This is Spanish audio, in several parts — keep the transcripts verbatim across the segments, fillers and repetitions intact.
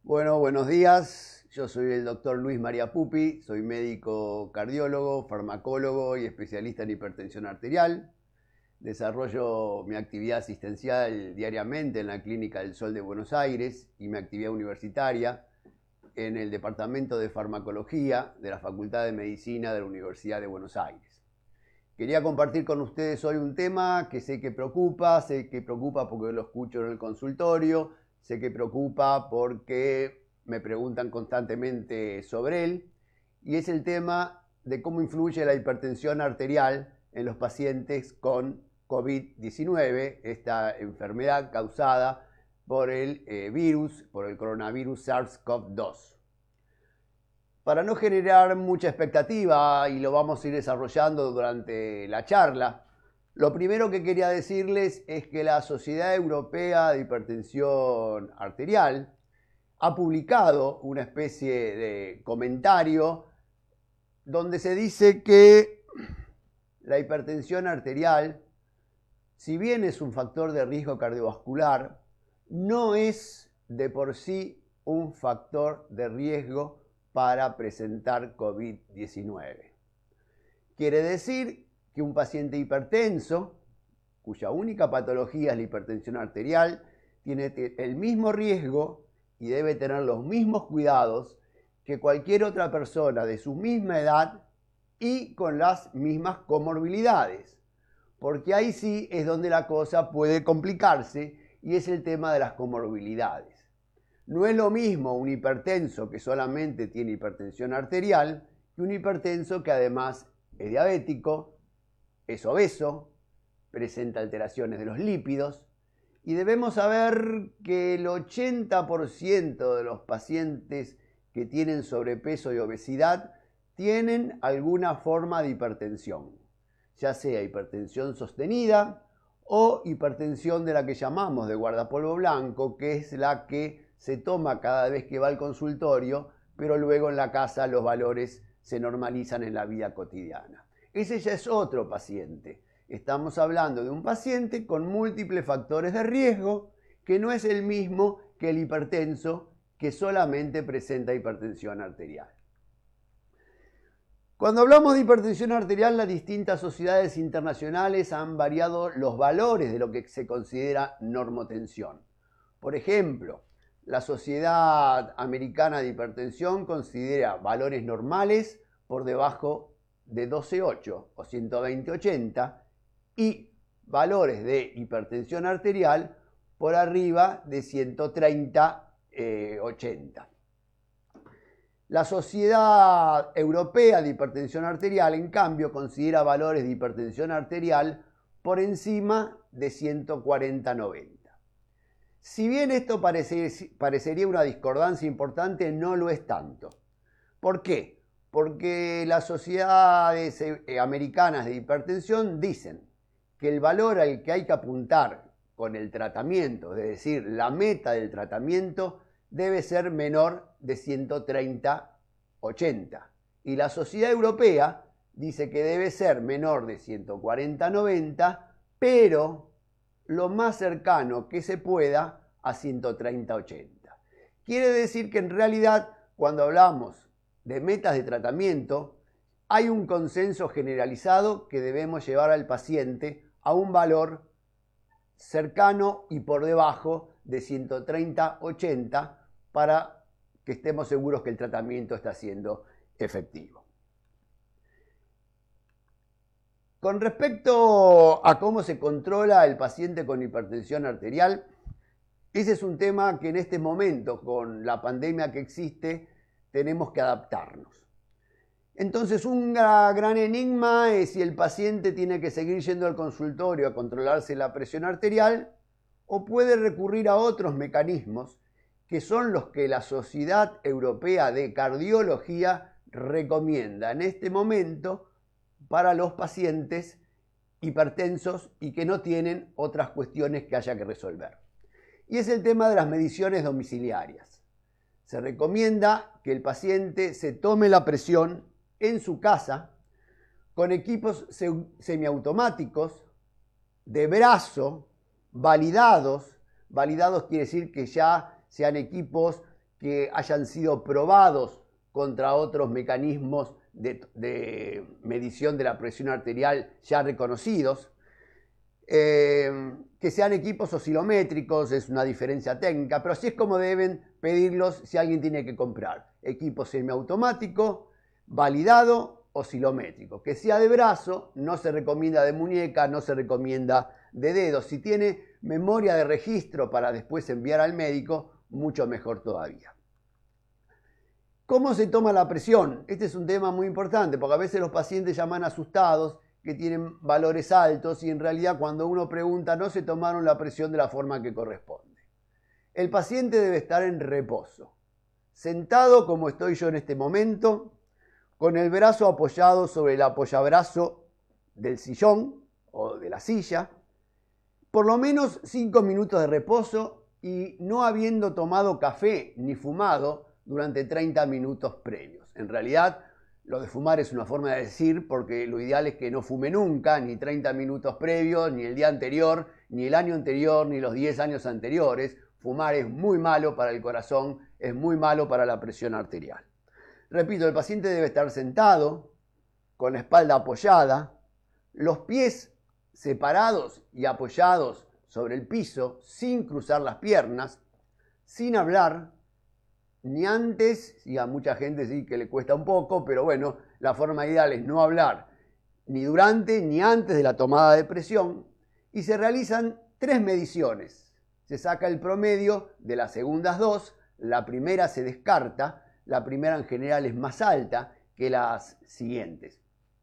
Bueno, buenos días. Yo soy el doctor Luis María Pupi, soy médico cardiólogo, farmacólogo y especialista en hipertensión arterial. Desarrollo mi actividad asistencial diariamente en la Clínica del Sol de Buenos Aires y mi actividad universitaria en el Departamento de Farmacología de la Facultad de Medicina de la Universidad de Buenos Aires. Quería compartir con ustedes hoy un tema que sé que preocupa, sé que preocupa porque lo escucho en el consultorio, sé que preocupa porque me preguntan constantemente sobre él, y es el tema de cómo influye la hipertensión arterial en los pacientes con COVID diecinueve, esta enfermedad causada por el eh, virus, por el coronavirus SARS CoV dos. Para no generar mucha expectativa, y lo vamos a ir desarrollando durante la charla, lo primero que quería decirles es que la Sociedad Europea de Hipertensión Arterial ha publicado una especie de comentario donde se dice que la hipertensión arterial, si bien es un factor de riesgo cardiovascular, no es de por sí un factor de riesgo para presentar COVID diecinueve. Quiere decir que un paciente hipertenso, cuya única patología es la hipertensión arterial, tiene el mismo riesgo y debe tener los mismos cuidados que cualquier otra persona de su misma edad y con las mismas comorbilidades. Porque ahí sí es donde la cosa puede complicarse, y es el tema de las comorbilidades. No es lo mismo un hipertenso que solamente tiene hipertensión arterial que un hipertenso que además es diabético, es obeso, presenta alteraciones de los lípidos, y debemos saber que el ochenta por ciento de los pacientes que tienen sobrepeso y obesidad tienen alguna forma de hipertensión, ya sea hipertensión sostenida o hipertensión de la que llamamos de guardapolvo blanco, que es la que se toma cada vez que va al consultorio, pero luego en la casa los valores se normalizan en la vida cotidiana. Ese ya es otro paciente. Estamos hablando de un paciente con múltiples factores de riesgo, que no es el mismo que el hipertenso que solamente presenta hipertensión arterial. Cuando hablamos de hipertensión arterial, las distintas sociedades internacionales han variado los valores de lo que se considera normotensión. Por ejemplo, la Sociedad Americana de Hipertensión considera valores normales por debajo de doce punto ocho o ciento veinte ochenta y valores de hipertensión arterial por arriba de ciento treinta ochenta. La Sociedad Europea de Hipertensión Arterial, en cambio, considera valores de hipertensión arterial por encima de ciento cuarenta noventa. Si bien esto parece, parecería una discordancia importante, no lo es tanto. ¿Por qué? Porque las sociedades americanas de hipertensión dicen que el valor al que hay que apuntar con el tratamiento, es decir, la meta del tratamiento, debe ser menor de ciento treinta ochenta. Y la Sociedad Europea dice que debe ser menor de ciento cuarenta noventa, pero lo más cercano que se pueda a ciento treinta ochenta. Quiere decir que en realidad, cuando hablamos de metas de tratamiento, hay un consenso generalizado que debemos llevar al paciente a un valor cercano y por debajo de ciento treinta ochenta para que estemos seguros que el tratamiento está siendo efectivo. Con respecto a cómo se controla el paciente con hipertensión arterial, ese es un tema que en este momento, con la pandemia que existe, tenemos que adaptarnos. Entonces, un gran enigma es si el paciente tiene que seguir yendo al consultorio a controlarse la presión arterial o puede recurrir a otros mecanismos que son los que la Sociedad Europea de Cardiología recomienda en este momento para los pacientes hipertensos y que no tienen otras cuestiones que haya que resolver. Y es el tema de las mediciones domiciliarias. Se recomienda que el paciente se tome la presión en su casa con equipos semiautomáticos de brazo validados. Validados quiere decir que ya sean equipos que hayan sido probados contra otros mecanismos de, de medición de la presión arterial ya reconocidos. Eh, que sean equipos oscilométricos, es una diferencia técnica, pero así es como deben pedirlos si alguien tiene que comprar. Equipo semiautomático, validado, oscilométrico. Que sea de brazo, no se recomienda de muñeca, no se recomienda de dedo. Si tiene memoria de registro para después enviar al médico, mucho mejor todavía. ¿Cómo se toma la presión? Este es un tema muy importante, porque a veces los pacientes llaman asustados que tienen valores altos y en realidad cuando uno pregunta no se tomaron la presión de la forma que corresponde. El paciente debe estar en reposo, sentado como estoy yo en este momento, con el brazo apoyado sobre el apoyabrazo del sillón o de la silla, por lo menos cinco minutos de reposo y no habiendo tomado café ni fumado durante treinta minutos previos. En realidad, lo de fumar es una forma de decir porque lo ideal es que no fume nunca, ni treinta minutos previos, ni el día anterior, ni el año anterior, ni los diez años anteriores. Fumar es muy malo para el corazón, es muy malo para la presión arterial. Repito, el paciente debe estar sentado, con la espalda apoyada, los pies separados y apoyados sobre el piso, sin cruzar las piernas, sin hablar, ni antes, y a mucha gente sí que le cuesta un poco, pero bueno, la forma ideal es no hablar ni durante ni antes de la tomada de presión, y se realizan tres mediciones. Se saca el promedio de las segundas dos, la primera se descarta, la primera en general es más alta que las siguientes.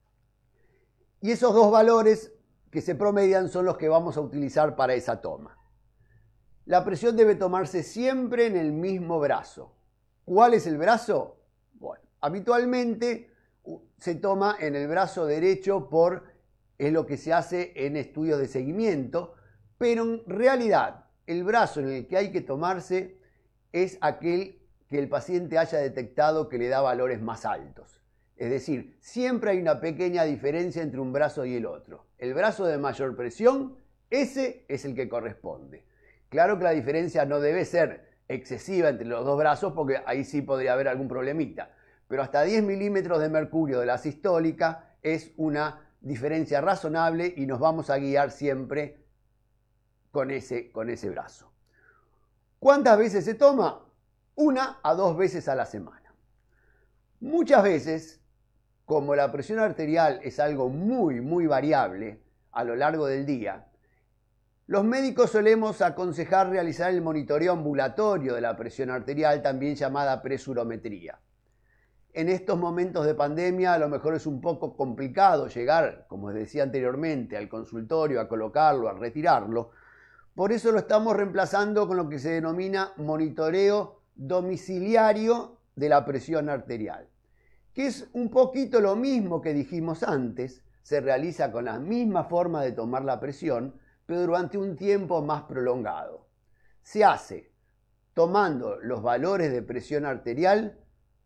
Y esos dos valores que se promedian son los que vamos a utilizar para esa toma. La presión debe tomarse siempre en el mismo brazo. ¿Cuál es el brazo? Bueno, habitualmente se toma en el brazo derecho por, es lo que se hace en estudios de seguimiento, pero en realidad el brazo en el que hay que tomarse es aquel que el paciente haya detectado que le da valores más altos. Es decir, siempre hay una pequeña diferencia entre un brazo y el otro. El brazo de mayor presión, ese es el que corresponde. Claro que la diferencia no debe ser excesiva entre los dos brazos porque ahí sí podría haber algún problemita. Pero hasta diez milímetros de mercurio de la sistólica es una diferencia razonable y nos vamos a guiar siempre con ese, con ese brazo. ¿Cuántas veces se toma? Una a dos veces a la semana. Muchas veces, como la presión arterial es algo muy, muy variable a lo largo del día, los médicos solemos aconsejar realizar el monitoreo ambulatorio de la presión arterial, también llamada presurometría. En estos momentos de pandemia a lo mejor es un poco complicado llegar, como decía anteriormente, al consultorio, a colocarlo, a retirarlo. Por eso lo estamos reemplazando con lo que se denomina monitoreo domiciliario de la presión arterial, que es un poquito lo mismo que dijimos antes, se realiza con la misma forma de tomar la presión, pero durante un tiempo más prolongado. Se hace tomando los valores de presión arterial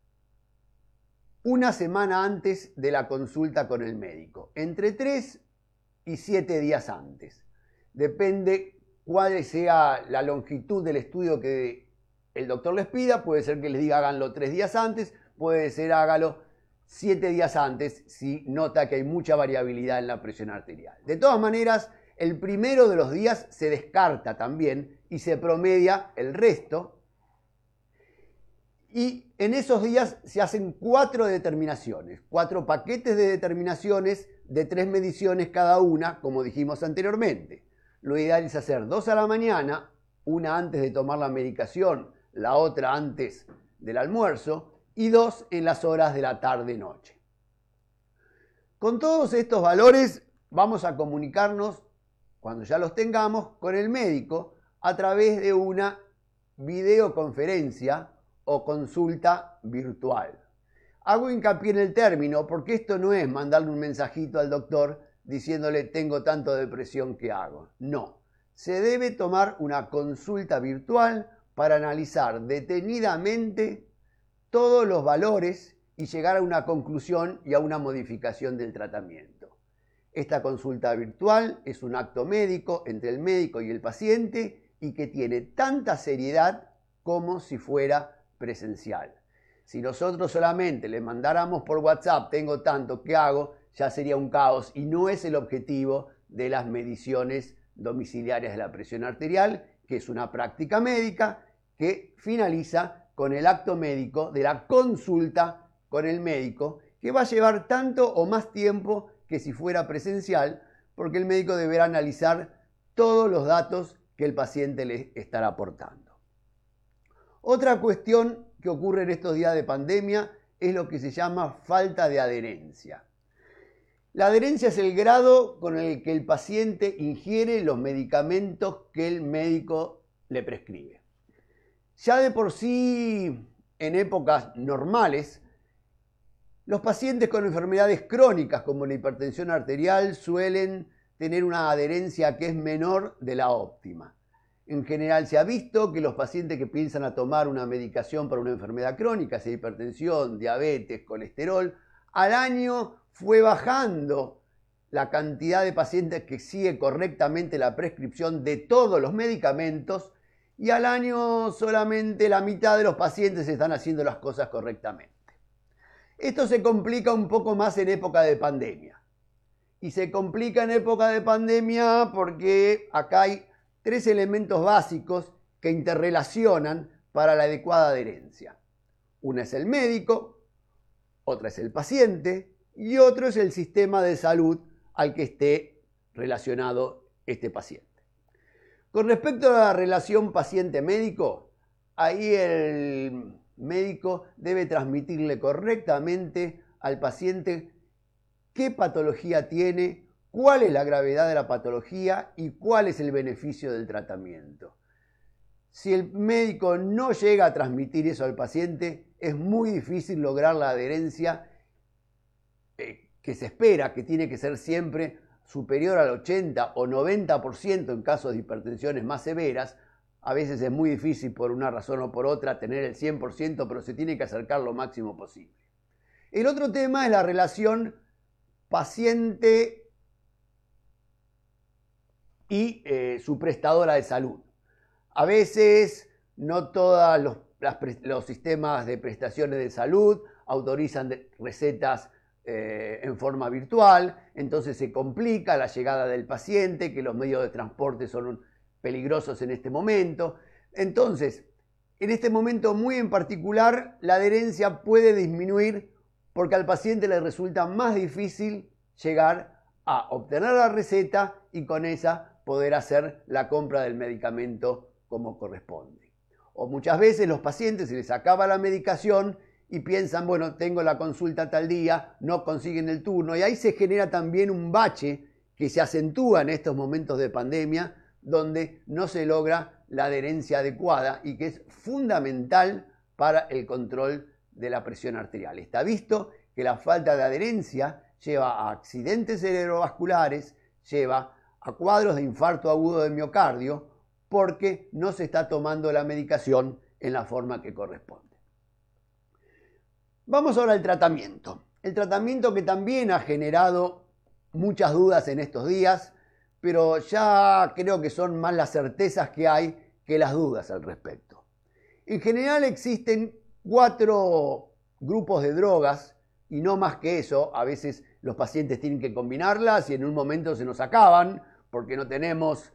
una semana antes de la consulta con el médico, entre tres y siete días antes. Depende cuál sea la longitud del estudio que el doctor les pida, puede ser que les diga háganlo tres días antes, puede ser hágalo siete días antes si nota que hay mucha variabilidad en la presión arterial. De todas maneras, el primero de los días se descarta también y se promedia el resto. Y en esos días se hacen cuatro determinaciones, cuatro paquetes de determinaciones de tres mediciones cada una, como dijimos anteriormente. Lo ideal es hacer dos a la mañana, una antes de tomar la medicación, la otra antes del almuerzo y dos en las horas de la tarde-noche. Con todos estos valores vamos a comunicarnos, cuando ya los tengamos, con el médico a través de una videoconferencia o consulta virtual. Hago hincapié en el término porque esto no es mandarle un mensajito al doctor diciéndole tengo tanto de presión que hago. No, se debe tomar una consulta virtual para analizar detenidamente todos los valores y llegar a una conclusión y a una modificación del tratamiento. Esta consulta virtual es un acto médico entre el médico y el paciente y que tiene tanta seriedad como si fuera presencial. Si nosotros solamente le mandáramos por WhatsApp, tengo tanto, ¿qué hago?, ya sería un caos y no es el objetivo de las mediciones domiciliarias de la presión arterial, que es una práctica médica que finaliza con el acto médico de la consulta con el médico, que va a llevar tanto o más tiempo que si fuera presencial, porque el médico deberá analizar todos los datos que el paciente le estará aportando. Otra cuestión que ocurre en estos días de pandemia es lo que se llama falta de adherencia. La adherencia es el grado con el que el paciente ingiere los medicamentos que el médico le prescribe. Ya de por sí, en épocas normales, los pacientes con enfermedades crónicas como la hipertensión arterial suelen tener una adherencia que es menor de la óptima. En general se ha visto que los pacientes que piensan a tomar una medicación para una enfermedad crónica, sea hipertensión, diabetes, colesterol, al año fue bajando la cantidad de pacientes que sigue correctamente la prescripción de todos los medicamentos y al año solamente la mitad de los pacientes están haciendo las cosas correctamente. Esto se complica un poco más en época de pandemia. Y se complica en época de pandemia porque acá hay tres elementos básicos que interrelacionan para la adecuada adherencia. Una es el médico, otra es el paciente y otro es el sistema de salud al que esté relacionado este paciente. Con respecto a la relación paciente-médico, ahí el médico debe transmitirle correctamente al paciente qué patología tiene, cuál es la gravedad de la patología y cuál es el beneficio del tratamiento. Si el médico no llega a transmitir eso al paciente, es muy difícil lograr la adherencia eh, que se espera, que tiene que ser siempre superior al ochenta o noventa por ciento en casos de hipertensiones más severas. A veces es muy difícil por una razón o por otra tener el cien por ciento, pero se tiene que acercar lo máximo posible. El otro tema es la relación paciente y eh, su prestadora de salud. A veces no todos los, las, los sistemas de prestaciones de salud autorizan de, recetas eh, en forma virtual, entonces se complica la llegada del paciente, que los medios de transporte son un, peligrosos en este momento. Entonces, en este momento muy en particular, la adherencia puede disminuir porque al paciente le resulta más difícil llegar a obtener la receta y con esa poder hacer la compra del medicamento como corresponde. O muchas veces los pacientes se les acaba la medicación y piensan, bueno, tengo la consulta tal día, no consiguen el turno, y ahí se genera también un bache que se acentúa en estos momentos de pandemia, donde no se logra la adherencia adecuada y que es fundamental para el control de la presión arterial. Está visto que la falta de adherencia lleva a accidentes cerebrovasculares, lleva a cuadros de infarto agudo de miocardio, porque no se está tomando la medicación en la forma que corresponde. Vamos ahora al tratamiento. El tratamiento que también ha generado muchas dudas en estos días, pero ya creo que son más las certezas que hay que las dudas al respecto. En general existen cuatro grupos de drogas y no más que eso. A veces los pacientes tienen que combinarlas y en un momento se nos acaban porque no tenemos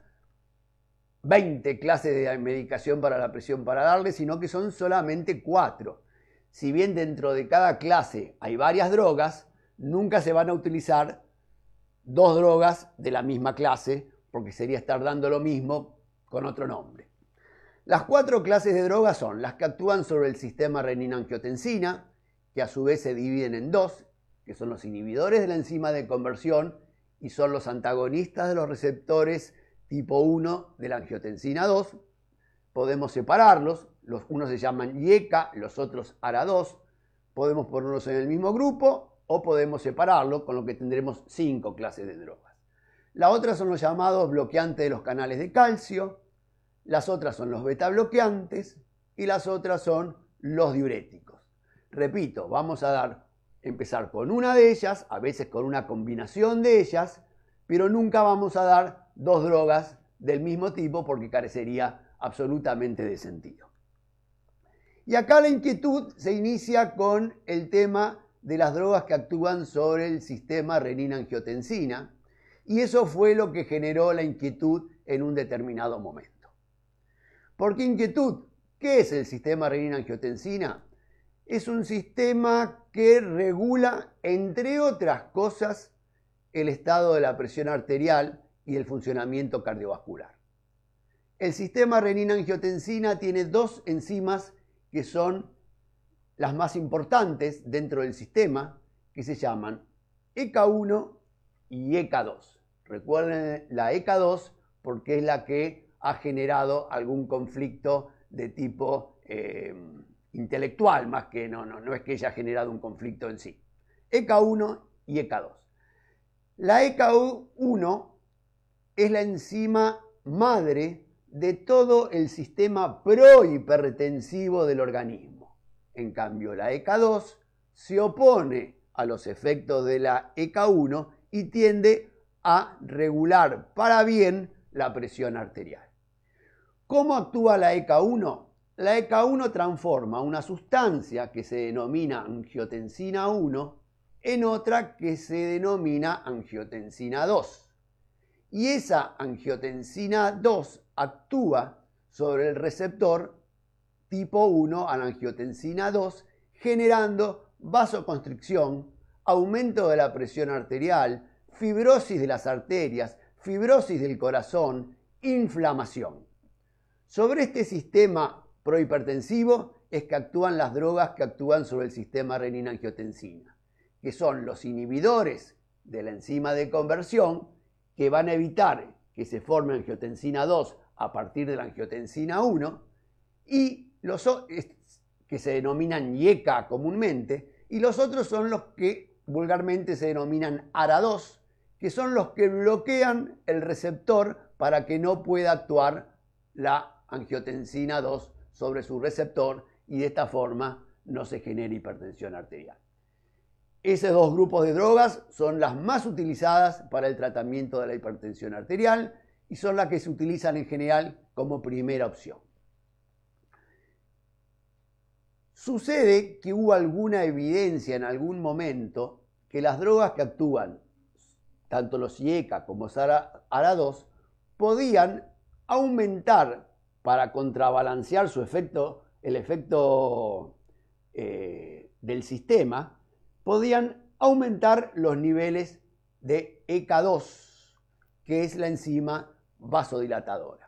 veinte clases de medicación para la presión para darles, sino que son solamente cuatro. Si bien dentro de cada clase hay varias drogas, nunca se van a utilizar dos drogas de la misma clase, porque sería estar dando lo mismo con otro nombre. Las cuatro clases de drogas son las que actúan sobre el sistema renina-angiotensina, que a su vez se dividen en dos, que son los inhibidores de la enzima de conversión y son los antagonistas de los receptores tipo uno de la angiotensina dos. Podemos separarlos, los unos se llaman I E C A, los otros A R A dos. Podemos ponerlos en el mismo grupo o podemos separarlo, con lo que tendremos cinco clases de drogas. La otra son los llamados bloqueantes de los canales de calcio, las otras son los beta bloqueantes y las otras son los diuréticos. Repito, vamos a dar, empezar con una de ellas, a veces con una combinación de ellas, pero nunca vamos a dar dos drogas del mismo tipo porque carecería absolutamente de sentido. Y acá la inquietud se inicia con el tema de las drogas que actúan sobre el sistema renina-angiotensina, y eso fue lo que generó la inquietud en un determinado momento. ¿Por qué inquietud? ¿Qué es el sistema renina-angiotensina? Es un sistema que regula, entre otras cosas, el estado de la presión arterial y el funcionamiento cardiovascular. El sistema renina-angiotensina tiene dos enzimas que son las más importantes dentro del sistema, que se llaman E K uno y E K dos. Recuerden la E K dos porque es la que ha generado algún conflicto de tipo eh, intelectual, más que no, no, no es que haya generado un conflicto en sí. E K uno y E K dos. La E K uno es la enzima madre de todo el sistema prohipertensivo del organismo. En cambio, la E K dos se opone a los efectos de la E K uno y tiende a regular para bien la presión arterial. ¿Cómo actúa la E K uno? La E K uno transforma una sustancia que se denomina angiotensina uno en otra que se denomina angiotensina dos. Y esa angiotensina dos actúa sobre el receptor tipo uno a la angiotensina dos, generando vasoconstricción, aumento de la presión arterial, fibrosis de las arterias, fibrosis del corazón, inflamación. Sobre este sistema prohipertensivo es que actúan las drogas que actúan sobre el sistema renina-angiotensina, que son los inhibidores de la enzima de conversión, que van a evitar que se forme angiotensina dos a partir de la angiotensina uno, y los que se denominan I E C A comúnmente, y los otros son los que vulgarmente se denominan A R A dos, que son los que bloquean el receptor para que no pueda actuar la angiotensina dos sobre su receptor y de esta forma no se genere hipertensión arterial. Esos dos grupos de drogas son las más utilizadas para el tratamiento de la hipertensión arterial y son las que se utilizan en general como primera opción. Sucede que hubo alguna evidencia en algún momento que las drogas que actúan, tanto los I E C A como A R A dos, podían aumentar para contrabalancear su efecto, el efecto eh, del sistema, podían aumentar los niveles de E K dos, que es la enzima vasodilatadora.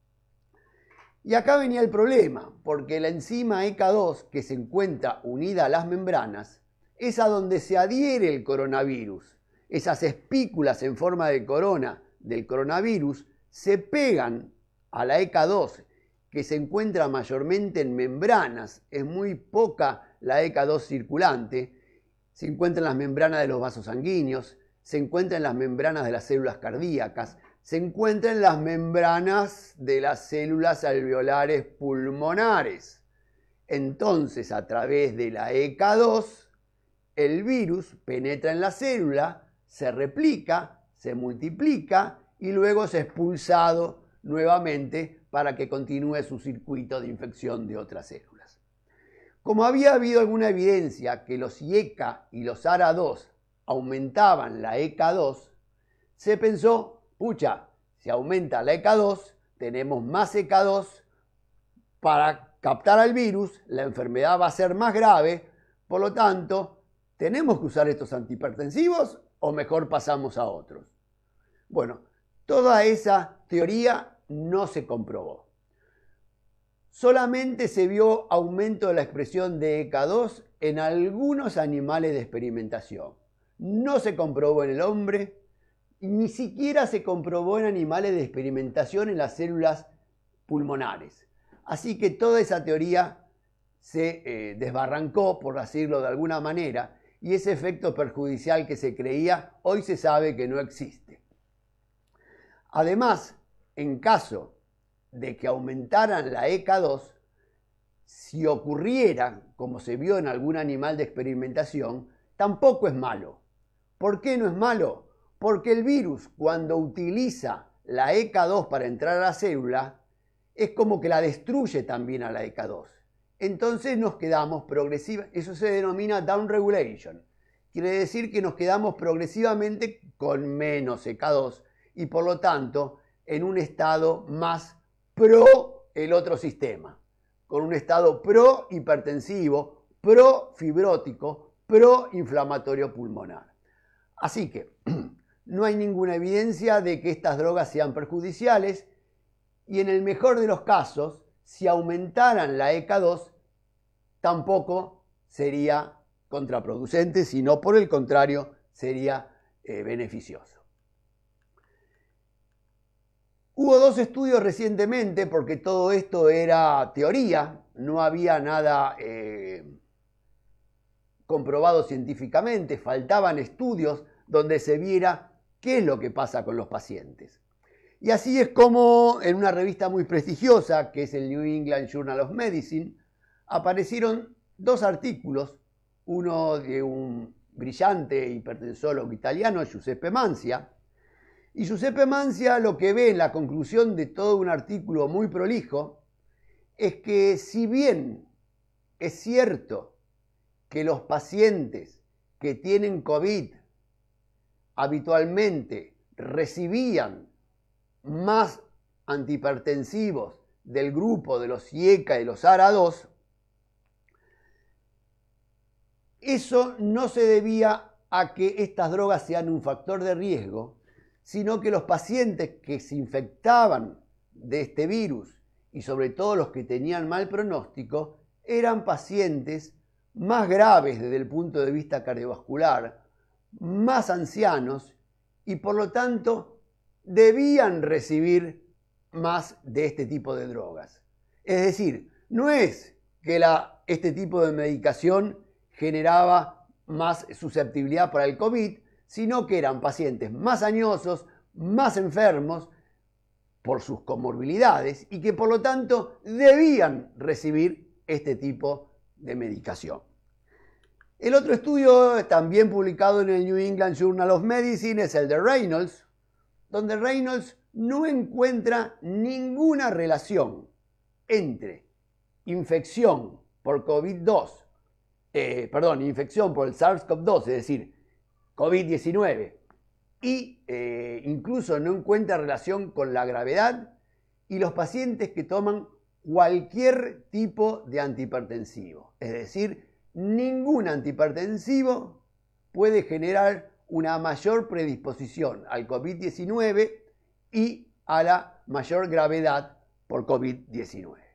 Y acá venía el problema, porque la enzima E K dos, que se encuentra unida a las membranas, es a donde se adhiere el coronavirus. Esas espículas en forma de corona del coronavirus se pegan a la E K dos, que se encuentra mayormente en membranas. Es muy poca la E K dos circulante. Se encuentra en las membranas de los vasos sanguíneos, se encuentra en las membranas de las células cardíacas, se encuentra en las membranas de las células alveolares pulmonares. Entonces, a través de la E K dos, el virus penetra en la célula, se replica, se multiplica y luego es expulsado nuevamente para que continúe su circuito de infección de otras células. Como había habido alguna evidencia que los I E C A y los A R A dos aumentaban la E K dos, se pensó, pucha, si aumenta la E K dos, tenemos más E K dos para captar al virus, la enfermedad va a ser más grave, por lo tanto, ¿tenemos que usar estos antihipertensivos o mejor pasamos a otros? Bueno, toda esa teoría no se comprobó. Solamente se vio aumento de la expresión de E K dos en algunos animales de experimentación. No se comprobó en el hombre, ni siquiera se comprobó en animales de experimentación en las células pulmonares. Así que toda esa teoría se eh, desbarrancó, por decirlo de alguna manera, y ese efecto perjudicial que se creía, hoy se sabe que no existe. Además, en caso de que aumentaran la E K dos, si ocurriera, como se vio en algún animal de experimentación, tampoco es malo. ¿Por qué no es malo? Porque el virus, cuando utiliza la E K dos para entrar a la célula, es como que la destruye también a la E K dos. entonces nos quedamos progresivamente, eso se denomina downregulation. Quiere decir que nos quedamos progresivamente con menos E K dos y por lo tanto en un estado más pro el otro sistema, con un estado pro hipertensivo, pro fibrótico, pro inflamatorio pulmonar. Así que no hay ninguna evidencia de que estas drogas sean perjudiciales y en el mejor de los casos, si aumentaran la E K dos, tampoco sería contraproducente, sino por el contrario sería eh, beneficioso. Hubo dos estudios recientemente, porque todo esto era teoría, no había nada eh, comprobado científicamente, faltaban estudios donde se viera qué es lo que pasa con los pacientes. Y así es como en una revista muy prestigiosa, que es el New England Journal of Medicine, aparecieron dos artículos, uno de un brillante hipertensólogo italiano, Giuseppe Mancia, y Giuseppe Mancia lo que ve en la conclusión de todo un artículo muy prolijo es que si bien es cierto que los pacientes que tienen COVID habitualmente recibían más antihipertensivos del grupo de los I E C A y los A R A dos, eso no se debía a que estas drogas sean un factor de riesgo, sino que los pacientes que se infectaban de este virus y sobre todo los que tenían mal pronóstico eran pacientes más graves desde el punto de vista cardiovascular, más ancianos y por lo tanto debían recibir más de este tipo de drogas. Es decir, no es que la, este tipo de medicación generaba más susceptibilidad para el COVID, sino que eran pacientes más añosos, más enfermos por sus comorbilidades y que por lo tanto debían recibir este tipo de medicación. El otro estudio, también publicado en el New England Journal of Medicine, es el de Reynolds, donde Reynolds no encuentra ninguna relación entre infección por COVID dos, eh, perdón, infección por el SARS CoV dos, es decir, COVID diecinueve, y eh, incluso no encuentra relación con la gravedad y los pacientes que toman cualquier tipo de antihipertensivo. Es decir, ningún antihipertensivo puede generar una mayor predisposición al COVID diecinueve y a la mayor gravedad por COVID diecinueve.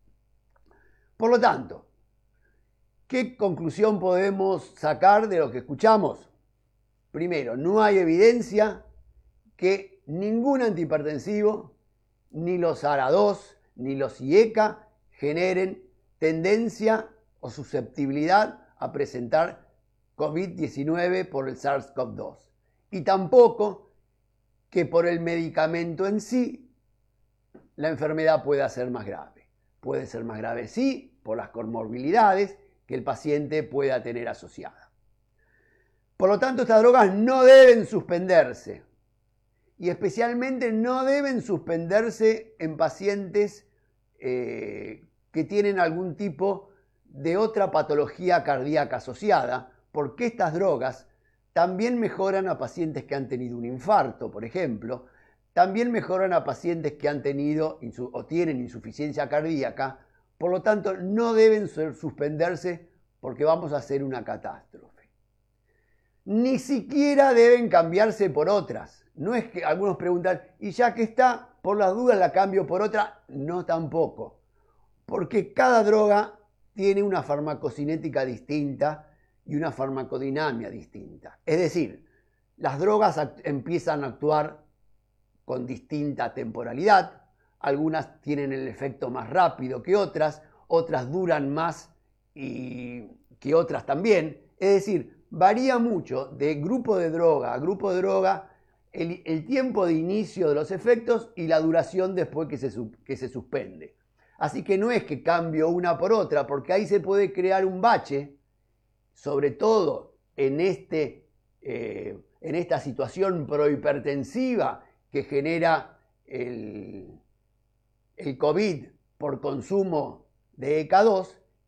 Por lo tanto, ¿qué conclusión podemos sacar de lo que escuchamos? Primero, no hay evidencia que ningún antihipertensivo, ni los A R A dos, ni los I E C A generen tendencia o susceptibilidad a presentar COVID diecinueve por el SARS CoV dos. Y tampoco que por el medicamento en sí la enfermedad pueda ser más grave. Puede ser más grave, sí, por las comorbilidades que el paciente pueda tener asociadas. Por lo tanto, estas drogas no deben suspenderse y especialmente no deben suspenderse en pacientes eh, que tienen algún tipo de otra patología cardíaca asociada, porque estas drogas también mejoran a pacientes que han tenido un infarto, por ejemplo, también mejoran a pacientes que han tenido o tienen insuficiencia cardíaca, por lo tanto no deben suspenderse porque vamos a hacer una catástrofe. Ni siquiera deben cambiarse por otras. No es que algunos preguntan, y ya que está, por las dudas la cambio por otra. No, tampoco. Porque cada droga tiene una farmacocinética distinta y una farmacodinamia distinta. Es decir, las drogas empiezan a actuar con distinta temporalidad. Algunas tienen el efecto más rápido que otras, otras duran más y que otras también. Es decir, varía mucho de grupo de droga a grupo de droga el, el tiempo de inicio de los efectos y la duración después que se, que se suspende. Así que no es que cambio una por otra, porque ahí se puede crear un bache, sobre todo en, este, eh, en esta situación prohipertensiva que genera el, el COVID por consumo de E K dos,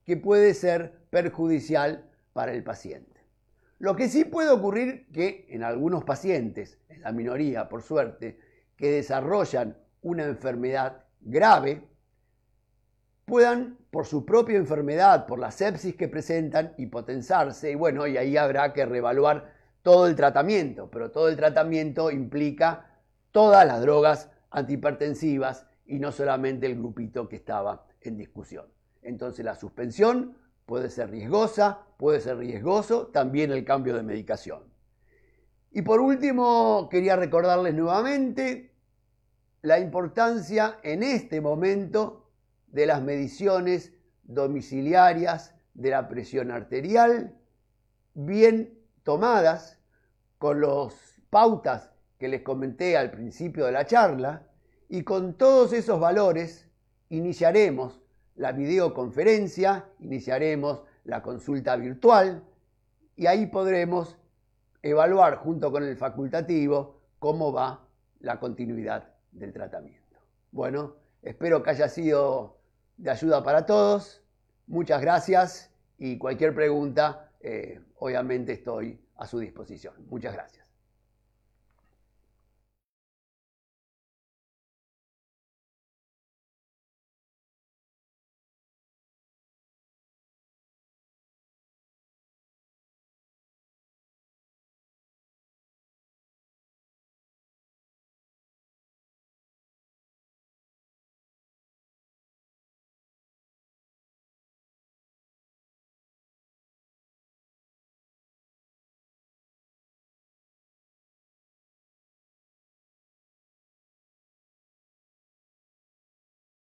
que puede ser perjudicial para el paciente. Lo que sí puede ocurrir que en algunos pacientes, en la minoría por suerte, que desarrollan una enfermedad grave, puedan por su propia enfermedad, por la sepsis que presentan, hipotensarse, y bueno, y ahí habrá que reevaluar todo el tratamiento, pero todo el tratamiento implica todas las drogas antihipertensivas y no solamente el grupito que estaba en discusión. Entonces la suspensión puede ser riesgosa, puede ser riesgoso también el cambio de medicación. Y por último, quería recordarles nuevamente la importancia en este momento de las mediciones domiciliarias de la presión arterial, bien tomadas con las pautas que les comenté al principio de la charla, y con todos esos valores iniciaremos la videoconferencia, iniciaremos la consulta virtual y ahí podremos evaluar junto con el facultativo cómo va la continuidad del tratamiento. Bueno, espero que haya sido de ayuda para todos. Muchas gracias y cualquier pregunta, eh, obviamente estoy a su disposición. Muchas gracias.